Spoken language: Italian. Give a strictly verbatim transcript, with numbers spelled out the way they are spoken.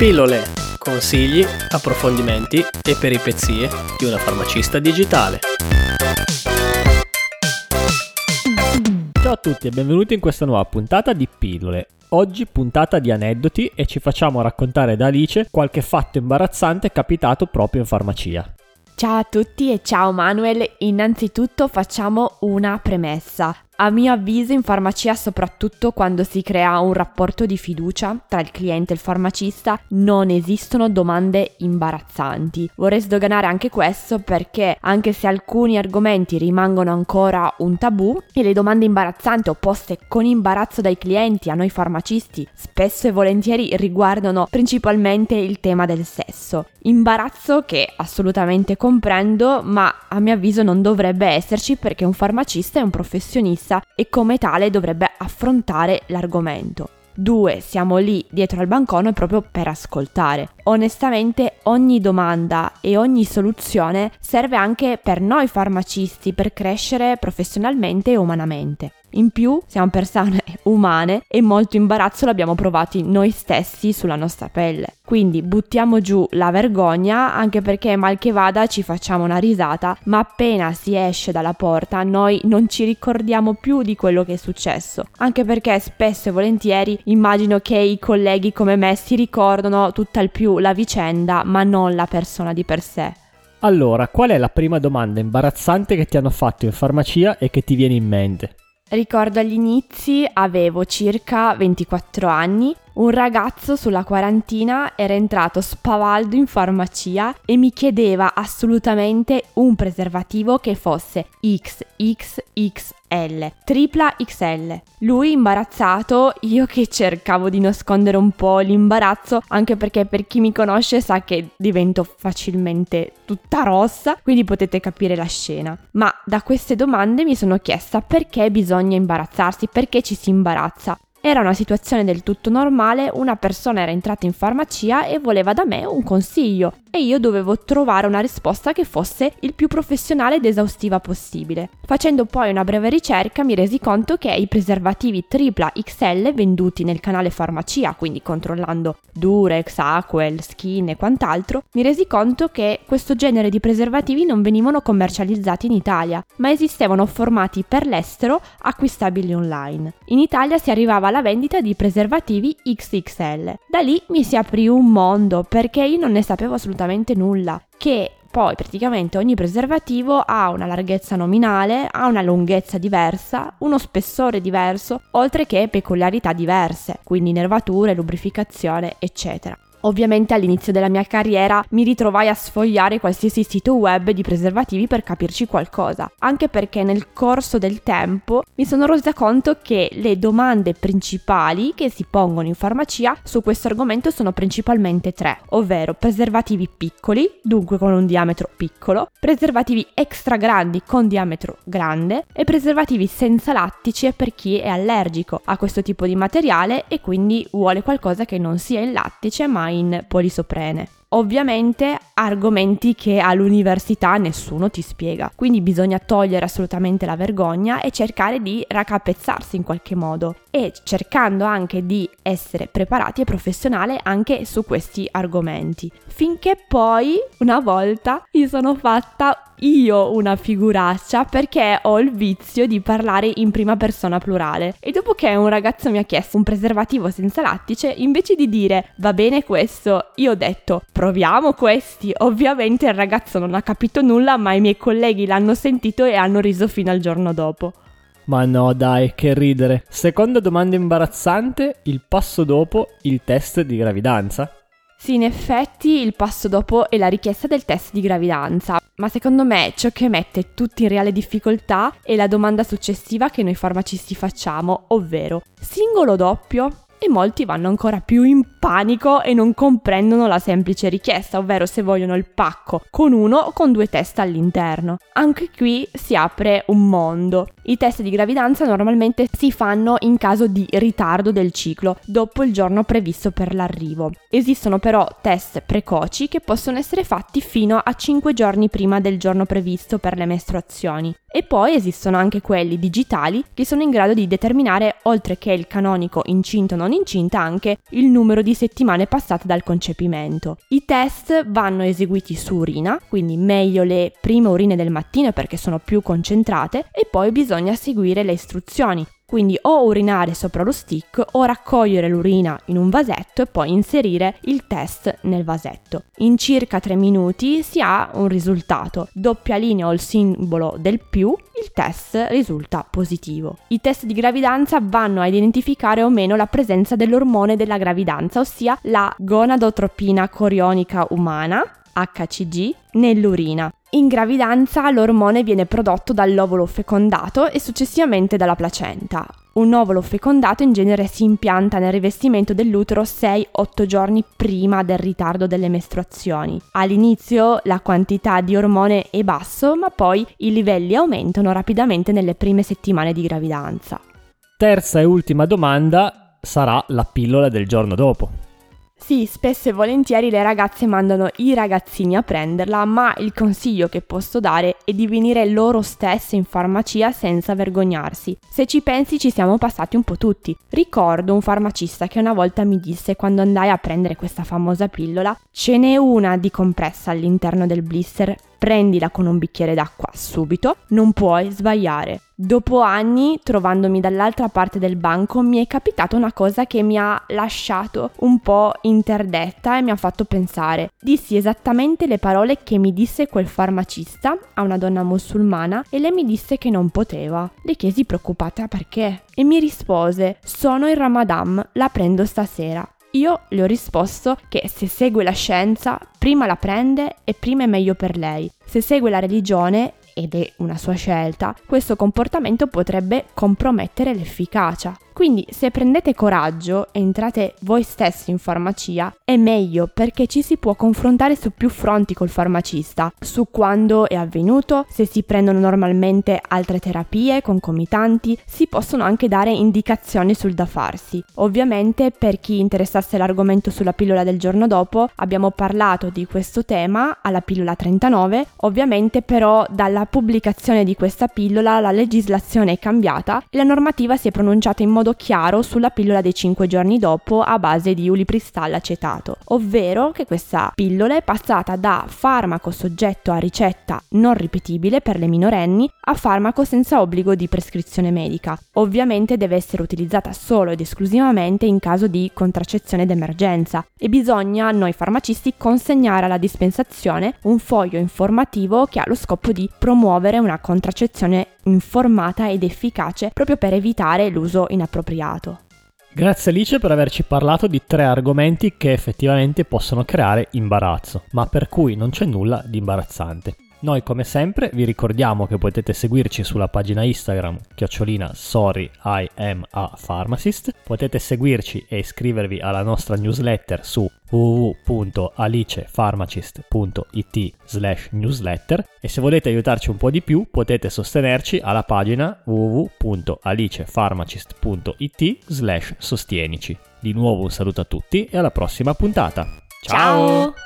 Pillole, consigli, approfondimenti e peripezie di una farmacista digitale. Ciao a tutti e benvenuti in questa nuova puntata di Pillole. Oggi puntata di aneddoti e ci facciamo raccontare da Alice qualche fatto imbarazzante capitato proprio in farmacia. Ciao a tutti e ciao Manuel, innanzitutto facciamo una premessa. A mio avviso in farmacia, soprattutto quando si crea un rapporto di fiducia tra il cliente e il farmacista, non esistono domande imbarazzanti. Vorrei sdoganare anche questo perché anche se alcuni argomenti rimangono ancora un tabù e le domande imbarazzanti o poste con imbarazzo dai clienti a noi farmacisti spesso e volentieri riguardano principalmente il tema del sesso. Imbarazzo che assolutamente comprendo, ma a mio avviso non dovrebbe esserci perché un farmacista è un professionista e come tale dovrebbe affrontare l'argomento. Due, siamo lì dietro al bancone proprio per ascoltare. Onestamente ogni domanda e ogni soluzione serve anche per noi farmacisti per crescere professionalmente e umanamente. In più siamo persone umane e molto imbarazzo l'abbiamo provati noi stessi sulla nostra pelle. Quindi buttiamo giù la vergogna, anche perché mal che vada ci facciamo una risata, ma appena si esce dalla porta noi non ci ricordiamo più di quello che è successo. Anche perché spesso e volentieri immagino che i colleghi come me si ricordano tutt'al più la vicenda, ma non la persona di per sé. Allora, qual è la prima domanda imbarazzante che ti hanno fatto in farmacia e che ti viene in mente? Ricordo agli inizi, avevo circa ventiquattro anni, un ragazzo sulla quarantina era entrato spavaldo in farmacia e mi chiedeva assolutamente un preservativo che fosse X X X L, tripla X L. Lui imbarazzato, io che cercavo di nascondere un po' l'imbarazzo, anche perché per chi mi conosce sa che divento facilmente tutta rossa, quindi potete capire la scena. Ma da queste domande mi sono chiesta perché bisogna imbarazzarsi, perché ci si imbarazza. Era una situazione del tutto normale, una persona era entrata in farmacia e voleva da me un consiglio e io dovevo trovare una risposta che fosse il più professionale ed esaustiva possibile. Facendo poi una breve ricerca mi resi conto che i preservativi tripla X L venduti nel canale farmacia, quindi controllando Durex, Aquel, Skin e quant'altro, mi resi conto che questo genere di preservativi non venivano commercializzati in Italia, ma esistevano formati per l'estero acquistabili online. In Italia si arrivava alla vendita di preservativi X X L. Da lì mi si aprì un mondo perché io non ne sapevo assolutamente nulla, che poi praticamente ogni preservativo ha una larghezza nominale, ha una lunghezza diversa, uno spessore diverso, oltre che peculiarità diverse, quindi nervature, lubrificazione, eccetera. Ovviamente all'inizio della mia carriera mi ritrovai a sfogliare qualsiasi sito web di preservativi per capirci qualcosa, anche perché nel corso del tempo mi sono resa conto che le domande principali che si pongono in farmacia su questo argomento sono principalmente tre, ovvero preservativi piccoli, dunque con un diametro piccolo, preservativi extra grandi con diametro grande e preservativi senza lattice per chi è allergico a questo tipo di materiale e quindi vuole qualcosa che non sia in lattice ma in polisoprene. Ovviamente argomenti che all'università nessuno ti spiega, quindi bisogna togliere assolutamente la vergogna e cercare di raccapezzarsi in qualche modo e cercando anche di essere preparati e professionali anche su questi argomenti. Finché poi una volta mi sono fatta io una figuraccia perché ho il vizio di parlare in prima persona plurale e dopo che un ragazzo mi ha chiesto un preservativo senza lattice, invece di dire va bene questo, io ho detto proviamo questi. Ovviamente il ragazzo non ha capito nulla, ma i miei colleghi l'hanno sentito e hanno riso fino al giorno dopo. Ma no dai, che ridere. Seconda domanda imbarazzante, il passo dopo il test di gravidanza? Sì, in effetti il passo dopo è la richiesta del test di gravidanza, ma secondo me ciò che mette tutti in reale difficoltà è la domanda successiva che noi farmacisti facciamo, ovvero singolo o doppio? E molti vanno ancora più in panico e non comprendono la semplice richiesta, ovvero se vogliono il pacco con uno o con due test all'interno. Anche qui si apre un mondo. I test di gravidanza normalmente si fanno in caso di ritardo del ciclo, dopo il giorno previsto per l'arrivo. Esistono però test precoci che possono essere fatti fino a cinque giorni prima del giorno previsto per le mestruazioni. E poi esistono anche quelli digitali che sono in grado di determinare, oltre che il canonico incinta o non incinta, anche il numero di settimane passate dal concepimento. I test vanno eseguiti su urina, quindi meglio le prime urine del mattino perché sono più concentrate, e poi bisogna seguire le istruzioni. Quindi o urinare sopra lo stick o raccogliere l'urina in un vasetto e poi inserire il test nel vasetto. In circa tre minuti si ha un risultato. Doppia linea o il simbolo del più, il test risulta positivo. I test di gravidanza vanno a identificare o meno la presenza dell'ormone della gravidanza, ossia la gonadotropina corionica umana, H C G, nell'urina. In gravidanza l'ormone viene prodotto dall'ovulo fecondato e successivamente dalla placenta. Un ovulo fecondato in genere si impianta nel rivestimento dell'utero sei otto giorni prima del ritardo delle mestruazioni. All'inizio la quantità di ormone è basso, ma poi i livelli aumentano rapidamente nelle prime settimane di gravidanza. Terza e ultima domanda sarà la pillola del giorno dopo. Sì, spesso e volentieri le ragazze mandano i ragazzini a prenderla, ma il consiglio che posso dare è di venire loro stesse in farmacia senza vergognarsi. Se ci pensi ci siamo passati un po' tutti. Ricordo un farmacista che una volta mi disse, quando andai a prendere questa famosa pillola: ce n'è una di compressa all'interno del blister, prendila con un bicchiere d'acqua subito, non puoi sbagliare. Dopo anni, trovandomi dall'altra parte del banco, mi è capitata una cosa che mi ha lasciato un po' interdetta e mi ha fatto pensare. Dissi esattamente le parole che mi disse quel farmacista a una donna musulmana e lei mi disse che non poteva. Le chiesi preoccupata perché e mi rispose: sono il Ramadan, la prendo stasera. Io le ho risposto che se segue la scienza, prima la prende e prima è meglio per lei. Se segue la religione, ed è una sua scelta, questo comportamento potrebbe compromettere l'efficacia. Quindi se prendete coraggio e entrate voi stessi in farmacia è meglio, perché ci si può confrontare su più fronti col farmacista, su quando è avvenuto, se si prendono normalmente altre terapie concomitanti, si possono anche dare indicazioni sul da farsi. Ovviamente per chi interessasse l'argomento sulla pillola del giorno dopo abbiamo parlato di questo tema alla pillola trentanove, ovviamente però dalla pubblicazione di questa pillola la legislazione è cambiata e la normativa si è pronunciata in modo chiaro sulla pillola dei cinque giorni dopo a base di ulipristal acetato, ovvero che questa pillola è passata da farmaco soggetto a ricetta non ripetibile per le minorenni a farmaco senza obbligo di prescrizione medica. Ovviamente deve essere utilizzata solo ed esclusivamente in caso di contraccezione d'emergenza e bisogna, noi farmacisti, consegnare alla dispensazione un foglio informativo che ha lo scopo di promuovere una contraccezione informata ed efficace proprio per evitare l'uso inappropriato. Grazie Alice per averci parlato di tre argomenti che effettivamente possono creare imbarazzo, ma per cui non c'è nulla di imbarazzante. Noi come sempre vi ricordiamo che potete seguirci sulla pagina Instagram chiocciolina sorry I am a pharmacist, potete seguirci e iscrivervi alla nostra newsletter su w w w punto alicepharmacist punto i t slash newsletter e se volete aiutarci un po' di più potete sostenerci alla pagina w w w punto alicepharmacist punto i t slash sostienici. Di nuovo un saluto a tutti e alla prossima puntata. Ciao!